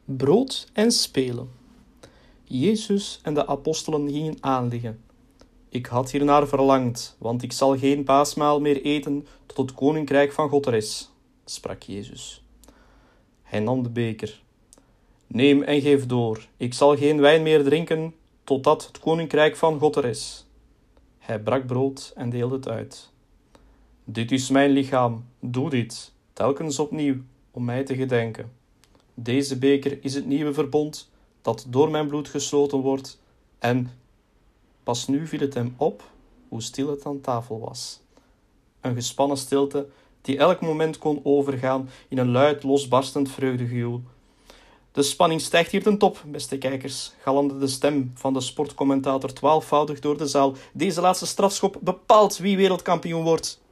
Brood en spelen. Jezus en de apostelen gingen aanliggen. Ik had hiernaar verlangd, want ik zal geen paasmaal meer eten tot het koninkrijk van God er is, sprak Jezus. Hij nam de beker. Neem en geef door, ik zal geen wijn meer drinken totdat het koninkrijk van God er is. Hij brak brood en deelde het uit. Dit is mijn lichaam, doe dit, telkens opnieuw, om mij te gedenken. Deze beker is het nieuwe verbond, dat door mijn bloed gesloten wordt, en pas nu viel het hem op hoe stil het aan tafel was. Een gespannen stilte die elk moment kon overgaan in een luid losbarstend vreugdegejoel. De spanning stijgt hier ten top, beste kijkers, galmde de stem van de sportcommentator 12voudig door de zaal. Deze laatste strafschop bepaalt wie wereldkampioen wordt.